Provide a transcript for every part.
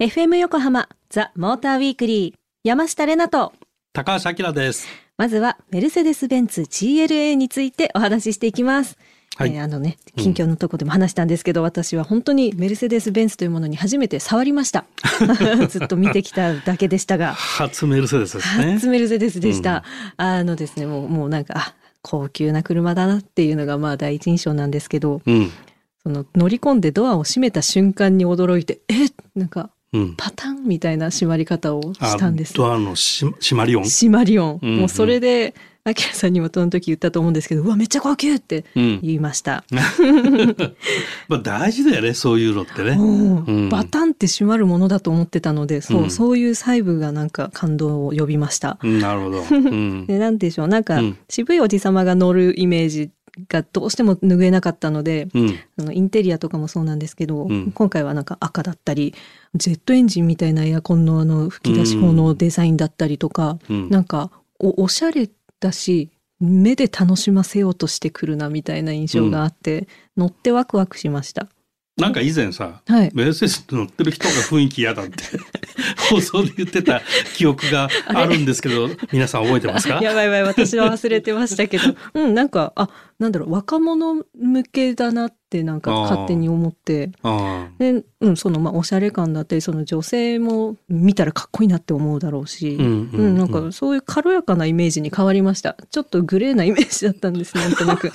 FM 横浜ザ・モーターウィークリー、山下れなと高橋明です。 まずはメルセデス・ベンツ GLA についてお話ししていきます。 はい。 近況のとこでも話したんですけど、私は本当にメルセデス・ベンツというものに初めて触りましたずっと見てきただけでしたが初メルセデスですね。 初メルセデスでした、ですね、もうなんか高級な車だなっていうのが第一印象なんですけど、その乗り込んでドアを閉めた瞬間に驚いて、なんかパタンみたいな閉まり方をしたんです。 ドアの閉まり音、 もうそれでアキラさんにもその時言ったと思うんですけど、うわめっちゃ高級って言いました、 大事だよね、そういうのってね、 バタンって閉まるものだと思ってたので、そういう細部がなんか感動を呼びました、 なるほど、 でなんでしょう、なんか、渋いおじさまが乗るイメージがどうしても拭えなかったので、インテリアとかもそうなんですけど、今回はなんか赤だったりジェットエンジンみたいなエアコンの吹き出し口のデザインだったりとか、なんか おしゃれだし目で楽しませようとしてくるなみたいな印象があって、乗ってワクワクしました。 なんか以前さ、メルセデス乗ってる人が雰囲気嫌だって放送で言ってた記憶があるんですけど皆さん覚えてますか？ やばい私は忘れてましたけどなんかなんだろう、若者向けだなってなんか勝手に思って、で、そのおしゃれ感だったり、その女性も見たらかっこいいなって思うだろうし、なんかそういう軽やかなイメージに変わりました。ちょっとグレーなイメージだったんですなんとなく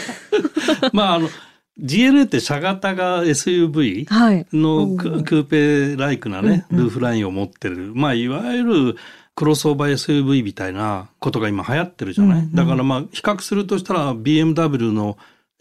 GLA って車型が SUV のクーペライクなね、ルーフラインを持ってる、いわゆるクロスオーバー SUV みたいなことが今流行ってるじゃない、だから比較するとしたら BMW の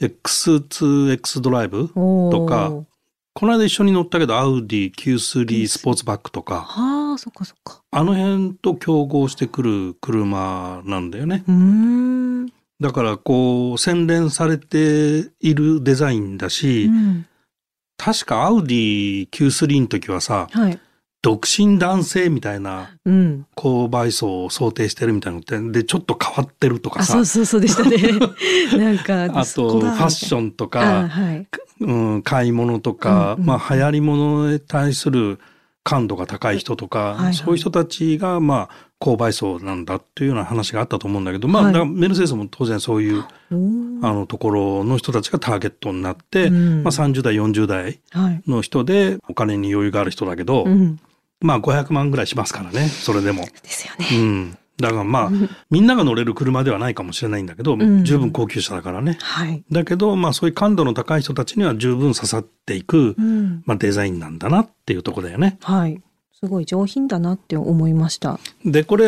X2X ドライブとか、この間一緒に乗ったけどアウディ Q3 スポーツバッグとか、 そっかあの辺と競合してくる車なんだよね。だから洗練されているデザインだし、確かアウディ Q3 の時はさ、独身男性みたいな購買層を想定してるみたいなのって、でちょっと変わってるとかさ、 そうでしたねなんかあとファッションとか、買い物とか、流行り物に対する感度が高い人とか、そういう人たちが購買層なんだっていうような話があったと思うんだけど、だからメルセデスも当然そういうところの人たちがターゲットになって、30代40代の人でお金に余裕がある人だけど、500万ぐらいしますからね、それでも。 ですよね。 だからみんなが乗れる車ではないかもしれないんだけど、十分高級車だからね。だけどそういう感度の高い人たちには十分刺さっていく、デザインなんだなっていうところだよね。 すごい上品だなって思いました。 でこれ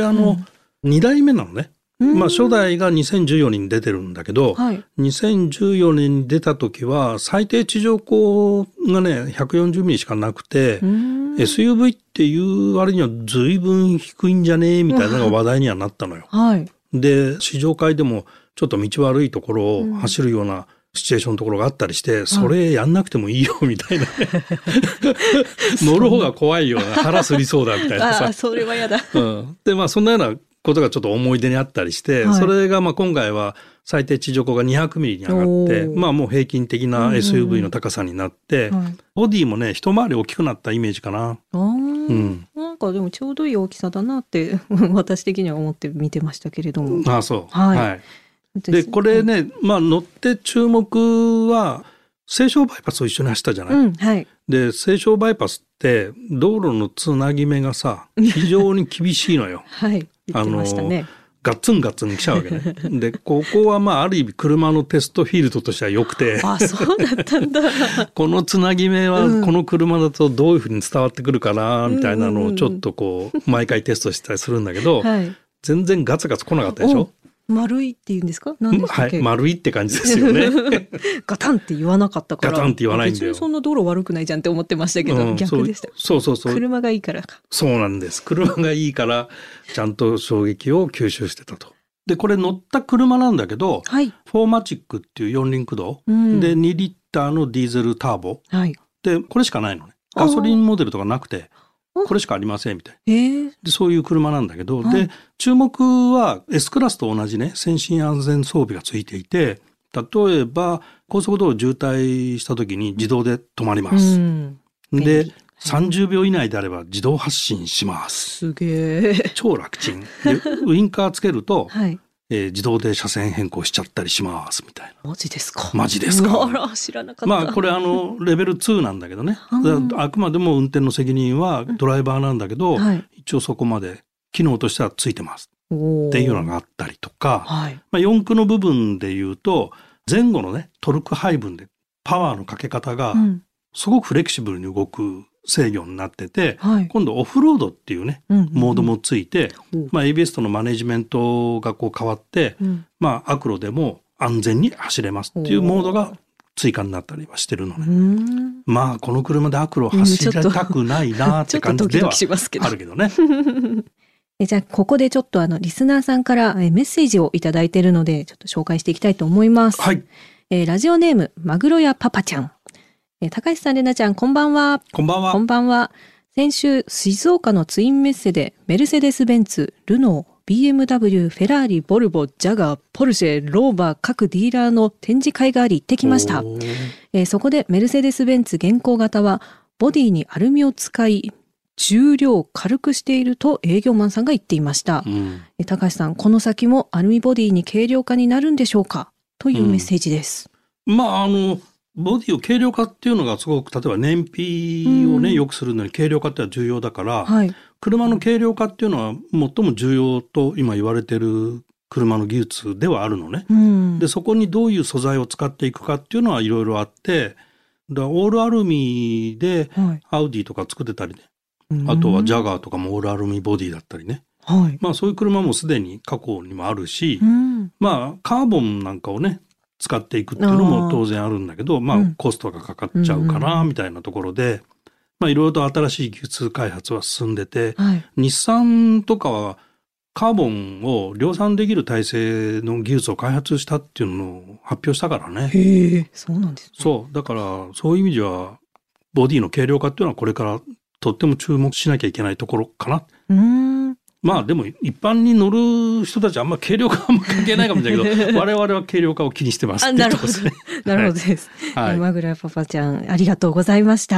2代目なのね。初代が2014年に出てるんだけど、2014年に出た時は最低地上高がね140ミリしかなくて、SUV っていう割には随分低いんじゃねえみたいなのが話題にはなったのよ。で試乗会でもちょっと道悪いところを走るようなシチュエーションのところがあったりして、それやんなくてもいいよみたいな乗る方が怖いような、腹すりそうだみたいなさそれはやだ、 でそんなようなことがちょっと思い出にあったりして、それが今回は最低地上高が200ミリに上がって、もう平均的な SUV の高さになって、ボディもね一回り大きくなったイメージかな。 なんかでもちょうどいい大きさだなって私的には思って見てましたけれども。でこれね、乗って注目は西湘バイパスを一緒に走ったじゃない、で西湘バイパスって道路のつなぎ目がさ非常に厳しいのよ言ってましたね。 ガッツン来ちゃうわけねでここはある意味車のテストフィールドとしては良くてそうだったんだこのつなぎ目はこの車だとどういうふうに伝わってくるかなみたいなのをちょっと毎回テストしたりするんだけど、全然ガツガツ来なかったでしょ。 丸いって言うんですか？何でしたっけ？ 丸いって感じですよねガタンって言わなかったから、 ガタンって言わないんだよ。 別にそんな道路悪くないじゃんって思ってましたけど、逆でした。 そう車がいいからか。 そうなんです。車がいいからちゃんと衝撃を吸収してたと。でこれ乗った車なんだけど、フォーマチックっていう四輪駆動、で2リッターのディーゼルターボ、でこれしかないのね。ガソリンモデルとかなくてこれしかありませんみたいな、でそういう車なんだけど、で注目は S クラスと同じね先進安全装備がついていて、例えば高速道路渋滞した時に自動で止まります、で 30秒以内であれば自動発進します。 すげえ。 超楽ちんでウインカーつけると、 はい、 自動で車線変更しちゃったりしますみたいな。 マジですか。 マジですか。 あら、知らなかった。 これレベル2なんだけどね、あくまでも運転の責任はドライバーなんだけど、はい、一応そこまで機能としてはついてますっていうのがあったりとか、はい、四駆の部分でいうと前後のねトルク配分でパワーのかけ方がすごくフレキシブルに動く制御になってて、はい、今度オフロードっていうね、モードもついて、ABS とのマネジメントがこう変わって、アクロでも安全に走れますっていうモードが追加になったりはしてるのね。この車でアクロ走りたくないなって感じではあるけどね。 じゃあここでちょっとリスナーさんからメッセージをいただいているのでちょっと紹介していきたいと思います。 はい。 ラジオネームマグロやパパちゃん。高橋さん、れなちゃん、こんばんは。 こんばんは。 こんばんは。先週、静岡のツインメッセで、メルセデス・ベンツ、ルノー、BMW、フェラーリ、ボルボ、ジャガー、ポルシェ、ローバー、各ディーラーの展示会があり行ってきました。そこでメルセデス・ベンツ現行型は、ボディにアルミを使い、重量を軽くしていると営業マンさんが言っていました。高橋さん、この先もアルミボディに軽量化になるんでしょうかというメッセージです。 ボディを軽量化っていうのがすごく、例えば燃費をね、良くするのに軽量化ってのは重要だから、はい、車の軽量化っていうのは最も重要と今言われてる車の技術ではあるのね。で、そこにどういう素材を使っていくかっていうのはいろいろあって、オールアルミでアウディとか作ってたりね、あとはジャガーとかもオールアルミボディだったりね。はい、そういう車もすでに過去にもあるし、カーボンなんかをね、使っていくっていうのも当然あるんだけど、コストがかかっちゃうかなみたいなところで、いろいろと新しい技術開発は進んでて、はい、日産とかはカーボンを量産できる体制の技術を開発したっていうのを発表したからね。 へえ、そうなんですね。 そう、だからそういう意味ではボディの軽量化っていうのはこれからとっても注目しなきゃいけないところかな。でも一般に乗る人たちはあんま軽量化は関係ないかもしれないけど我々は軽量化を気にしてますっていうところですね。 なるほどです。はい、マグラパパちゃんありがとうございました。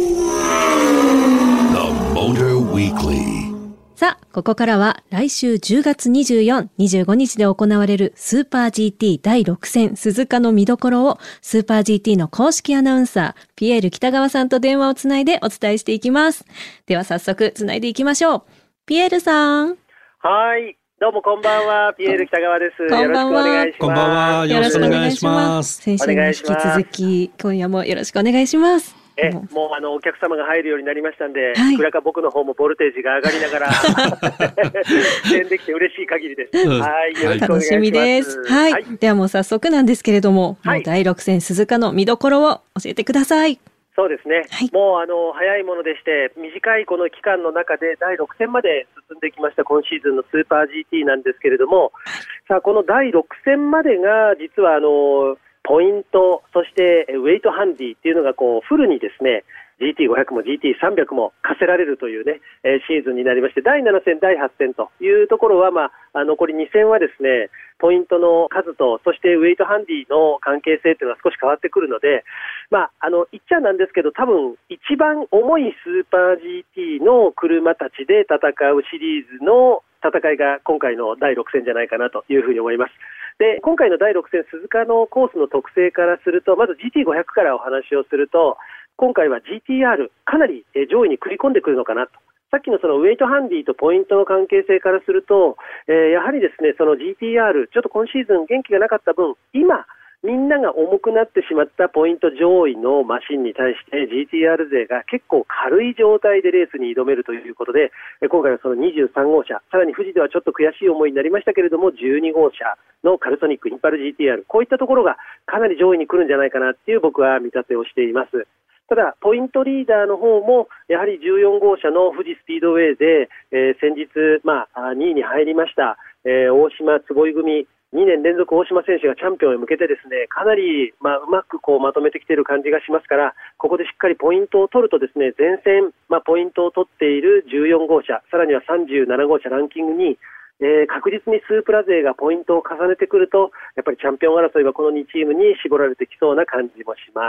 さあ、ここからは来週10月24、25日で行われるスーパー GT 第6戦鈴鹿の見どころをスーパー GT の公式アナウンサーピエール北川さんと電話をつないでお伝えしていきます。では早速つないでいきましょう。ピエールさん。 はい。どうもこんばんは。ピエール北川です。 こんばんは。 よろしくお願いします。 こんばんは。よろしくお願いします。 先週に引き続き、今夜もよろしくお願いします。 もうお客様が入るようになりましたんで、いくらか僕の方もボルテージが上がりながら、出演できて嬉しい限りです。はい。よろしくお願いします。楽しみです。 はい。ではもう早速なんですけれども、もう第6戦鈴鹿の見どころを教えてください。 そうですね、はい、もう早いものでして短いこの期間の中で第6戦まで進んできました今シーズンのスーパー GT なんですけれども、さあこの第6戦までが実はポイントそしてウェイトハンディっていうのがこうフルにですね GT500 も GT300 も課せられるというね、シーズンになりまして第7戦第8戦というところは、残り2戦はですねポイントの数とそしてウェイトハンディの関係性というのは少し変わってくるので、言っちゃなんですけど多分一番重いスーパー GT の車たちで戦うシリーズの戦いが今回の第6戦じゃないかなというふうに思います。で、今回の第6戦鈴鹿のコースの特性からするとまず GT500 からお話をすると今回は GTR かなり上位に繰り込んでくるのかなと。さっきのそのウェイトハンディとポイントの関係性からすると、やはりですね、その GTR、ちょっと今シーズン元気がなかった分、今、みんなが重くなってしまったポイント上位のマシンに対して GTR 勢が結構軽い状態でレースに挑めるということで、今回はその23号車、さらに富士ではちょっと悔しい思いになりましたけれども、12号車のカルソニック、インパル GTR、こういったところがかなり上位に来るんじゃないかなっていう僕は見立てをしています。ただ、ポイントリーダーの方も、やはり14号車の富士スピードウェイで、先日、2位に入りました、大島坪井組、2年連続大島選手がチャンピオンへ向けてですね、かなり、うまくこうまとめてきている感じがしますから、ここでしっかりポイントを取るとですね、前線、ポイントを取っている14号車、さらには37号車ランキングに、確実にスープラ勢がポイントを重ねてくると、やっぱりチャンピオン争いはこの2チームに絞られてきそうな感じもします。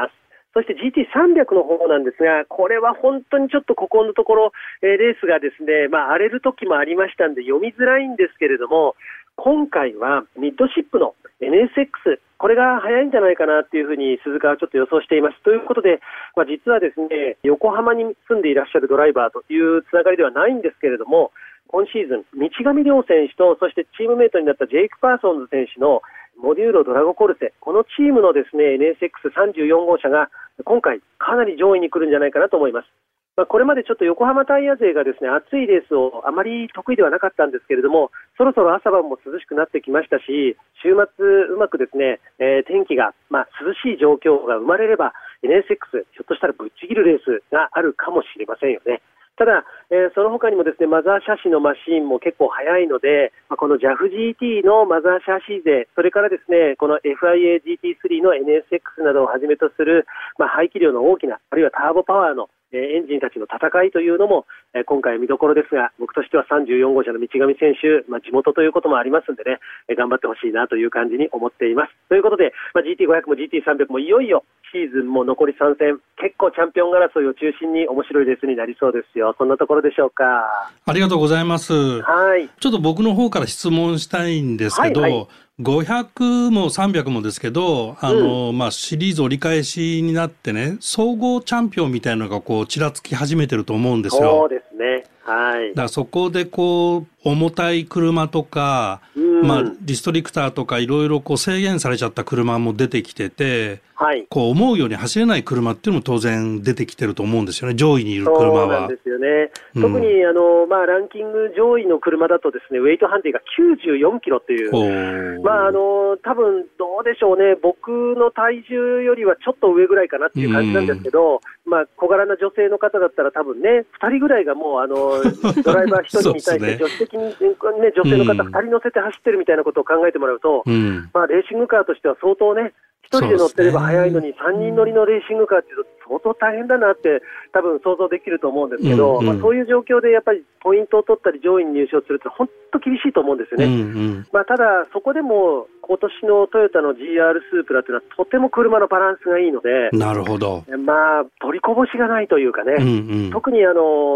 そして GT300 の方なんですが、これは本当にちょっとここのところ、レースがですね、荒れる時もありましたんで読みづらいんですけれども、今回はミッドシップの NSX、これが早いんじゃないかなっていうふうに鈴鹿はちょっと予想しています。ということで、実はですね、横浜に住んでいらっしゃるドライバーというつながりではないんですけれども、今シーズン、道上亮選手と、そしてチームメイトになったジェイク・パーソンズ選手のモデューロ・ドラゴコルセ、このチームのですね、NSX34 号車が今回かなり上位に来るんじゃないかなと思います。これまでちょっと横浜タイヤ勢がですね、暑いレースをあまり得意ではなかったんですけれども、そろそろ朝晩も涼しくなってきましたし、週末うまくですね、天気が涼しい状況が生まれれば NSX ひょっとしたらぶっちぎるレースがあるかもしれませんよね。ただ、その他にもですね、マザーシャシのマシーンも結構速いので、この JAF-GT のマザーシャシ勢、それからですね、この FIA-GT3 の NSX などをはじめとする、排気量の大きな、あるいはターボパワーのエンジンたちの戦いというのも、今回見どころですが、僕としては34号車の道上選手、地元ということもありますんでね、頑張ってほしいなという感じに思っています。ということで、GT500 も GT300 もいよいよシーズンも残り3戦、結構チャンピオン争いを中心に面白いレースになりそうですよ。そんなところでしょうか。 ありがとうございます。 はい。 ちょっと僕の方から質問したいんですけど、500も300もですけど、シリーズ折り返しになってね、総合チャンピオンみたいなのがこうちらつき始めてると思うんですよ。 そうですね。はい。 だからそこでこう重たい車とか、リストリクターとかいろいろこう制限されちゃった車も出てきてて、こう思うように走れない車っていうのも当然出てきてると思うんですよね、上位にいる車は。 そうなんですよね。特にランキング上位の車だとですね、ウェイトハンディが94キロっていう、多分どうでしょうね、僕の体重よりはちょっと上ぐらいかなっていう感じなんですけど、小柄な女性の方だったら多分ね、2人ぐらいがもうドライバー1人に対して助手席に、女性の方2人乗せて走ってるみたいなことを考えてもらうと、レーシングカーとしては相当ね、1人で乗ってれば早いのに3人乗りのレーシングカーっていうと相当大変だなって多分想像できると思うんですけど、そういう状況でやっぱりポイントを取ったり上位に入賞するって本当厳しいと思うんですよね。ただそこでも今年のトヨタの GR スープラっていうのはとても車のバランスがいいので、 なるほど。 取りこぼしがないというかね、特に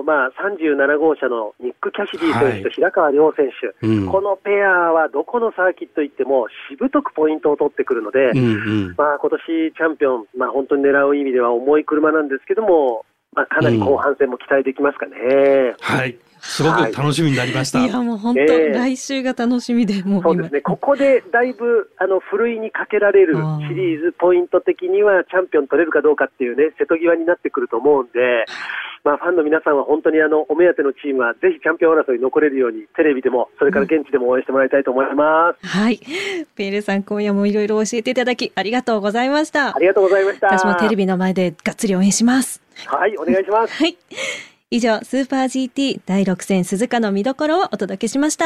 37号車のニック・キャシディ選手と平川亮選手、このペアはどこのサーキット行ってもしぶとくポイントを取ってくるので、今年チャンピオン、本当に狙う意味では重い車なんですけども、かなり後半戦も期待できますかね。 はい。すごく楽しみになりました。 いやもう本当、来週が楽しみで、もうそうですね。ここでだいぶふるいにかけられるシリーズポイント的にはチャンピオン取れるかどうかっていうね、瀬戸際になってくると思うんで、ファンの皆さんは本当にお目当てのチームはぜひチャンピオン争いに残れるようにテレビでもそれから現地でも応援してもらいたいと思います。 はい。ペールさん、今夜もいろいろ教えていただきありがとうございました。 ありがとうございました。 私もテレビの前でがっつり応援します。 はい、お願いします。 はい。以上、スーパー GT 第6戦鈴鹿の見どころをお届けしました。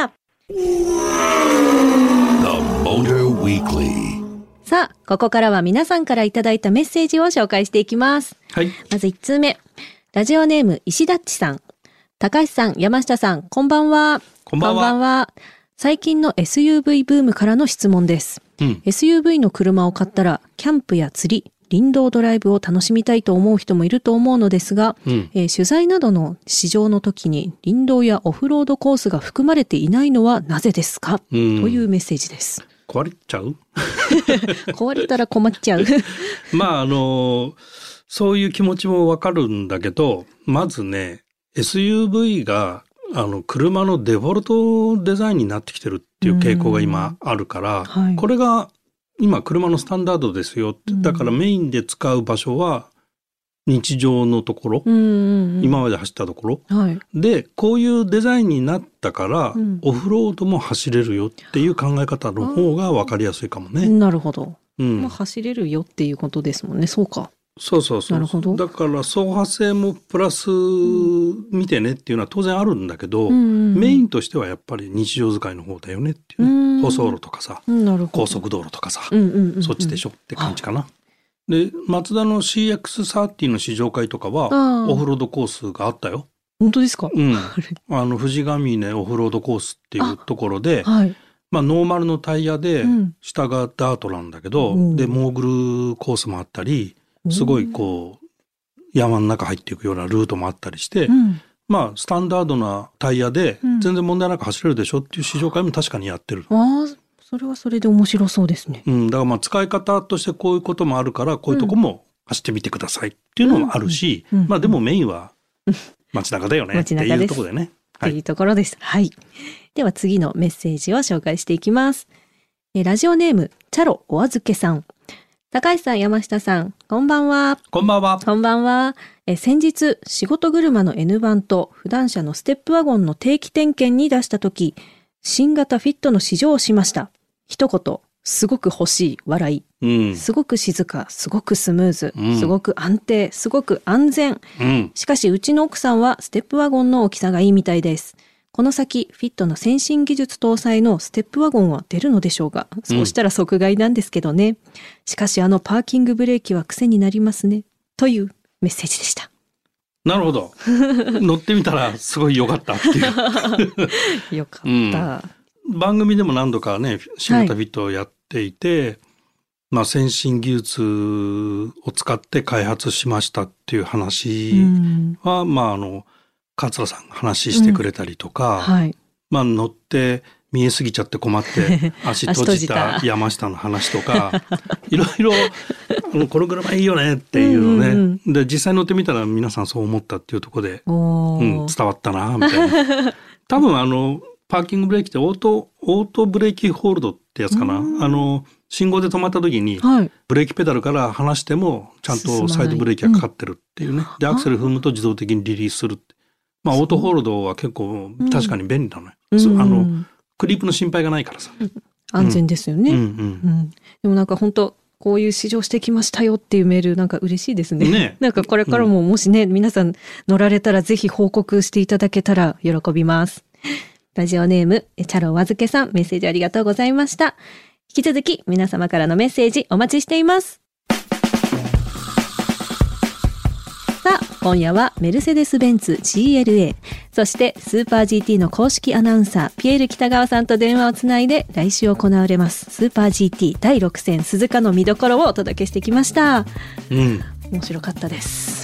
さあ、ここからは皆さんからいただいたメッセージを紹介していきます。 はい。 まず1通目。ラジオネーム石田っちさん。高橋さん、山下さん、こんばんは。 こんばんは。 最近の SUV ブームからの質問です。SUV の車を買ったら、キャンプや釣り、林道ドライブを楽しみたいと思う人もいると思うのですが、取材などの試乗の時に林道やオフロードコースが含まれていないのはなぜですか、というメッセージです。 壊れちゃう壊れたら困っちゃうそういう気持ちもわかるんだけど、まずね SUV が車のデフォルトデザインになってきてるっていう傾向が今あるから、これが今車のスタンダードですよって。だからメインで使う場所は日常のところ、今まで走ったところ、でこういうデザインになったから、オフロードも走れるよっていう考え方の方が分かりやすいかもね。 なるほど、走れるよっていうことですもんね。そうか。 そうそうそう。なるほど。だから走破性もプラス見てねっていうのは当然あるんだけど、メインとしてはやっぱり日常使いの方だよねっていうね。舗装路とかさ、高速道路とかさ、そっちでしょって感じかな。で、マツダの CX30 の試乗会とかはオフロードコースがあったよ。 本当ですか？ 富士ヶ峰オフロードコースっていうところで、ノーマルのタイヤで下がダートなんだけど、でモーグルコースもあったり、 すごいこう山の中入っていくようなルートもあったりして、まあスタンダードなタイヤで全然問題なく走れるでしょっていう試乗会も確かにやってる。 それはそれで面白そうですね。 だからまあ使い方としてこういうこともあるからこういうとこも走ってみてくださいっていうのもあるし、まあでもメインは街中だよねっていうところでね。 っていうところです。はい。では次のメッセージを紹介していきます。ラジオネームチャロおあずけさん。高橋さん、山下さん、こんばんは。 こんばんは。 こんばんは。先日仕事車の N 版と普段車のステップワゴンの定期点検に出したとき、新型フィットの試乗をしました。一言、すごく欲しい笑い、すごく静か、すごくスムーズ、すごく安定、すごく安全、しかしうちの奥さんはステップワゴンの大きさがいいみたいです。この先フィットの先進技術搭載のステップワゴンは出るのでしょうか。そうしたら即買いなんですけどね。しかしパーキングブレーキは癖になりますね、というメッセージでした。 なるほど。乗ってみたらすごい良かったっていうよかった、 番組でも何度かね新型フィットをやっていて、まあ、先進技術を使って開発しましたっていう話は、まあ桂さんが話してくれたりとか、まあ乗って見えすぎちゃって困って足閉じた山下の話とかいろいろこの車いいよねっていうのね、で実際乗ってみたら皆さんそう思ったっていうところで、伝わったなみたいな。多分パーキングブレーキってオートブレーキホールドってやつかな。信号で止まった時に、ブレーキペダルから離してもちゃんとサイドブレーキがかかってるっていうね。でアクセル踏むと自動的にリリースするって。まあオートホールドは結構確かに便利なのよ。クリープの心配がないからさ。 安全ですよね。でもなんか本当こういう試乗してきましたよっていうメールなんか嬉しいですね。なんかこれからももしね、皆さん乗られたらぜひ報告していただけたら喜びます。ラジオネームチャロおあずけさん、メッセージありがとうございました。引き続き皆様からのメッセージお待ちしています。さあ今夜はメルセデスベンツ GLA、 そしてスーパー GT の公式アナウンサーピエール北川さんと電話をつないで来週行われますスーパー GT 第6戦鈴鹿の見どころをお届けしてきました。面白かったです。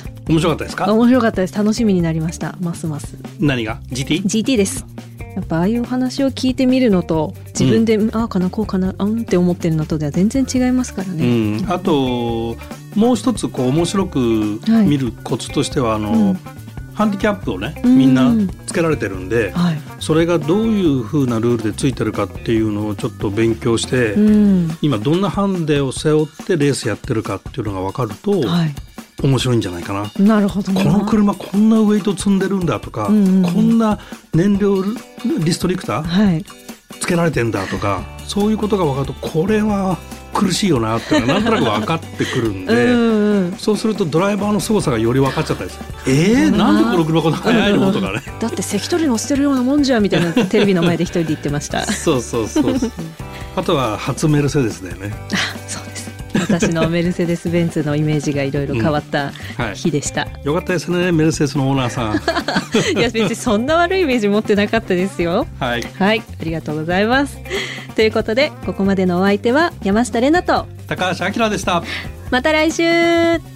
面白かったですか？ 面白かったです。楽しみになりました。ますます何が GT です。やっぱああいうお話を聞いてみるのと自分で、ああかなこうかなって思ってるのとでは全然違いますからね。 あともう一つこう面白く見るコツとしてはハンディキャップをねみんなつけられてるんで、それがどういう風なルールでついてるかっていうのをちょっと勉強して、今どんなハンデを背負ってレースやってるかっていうのが分かると、面白いんじゃないかな。 なるほど。 この車こんなウェイト積んでるんだとか、こんな燃料リストリクターつけられてんだとか、そういうことが分かるとこれは苦しいよなっていうのがなんとなく分かってくるんでそうするとドライバーの凄さがより分かっちゃったりする。なんでこの車こんな速いのとかね、 だって関取乗せてるようなもんじゃみたいなテレビの前で一人で言ってましたそうあとは初メルセデスだよねそうです。私のメルセデスベンツのイメージがいろいろ変わった日でした、 よかったですねメルセデスのオーナーさんいや別にそんな悪いイメージ持ってなかったですよ。はい、ありがとうございます。ということでここまでのお相手は山下玲奈と高橋明でした。 また来週。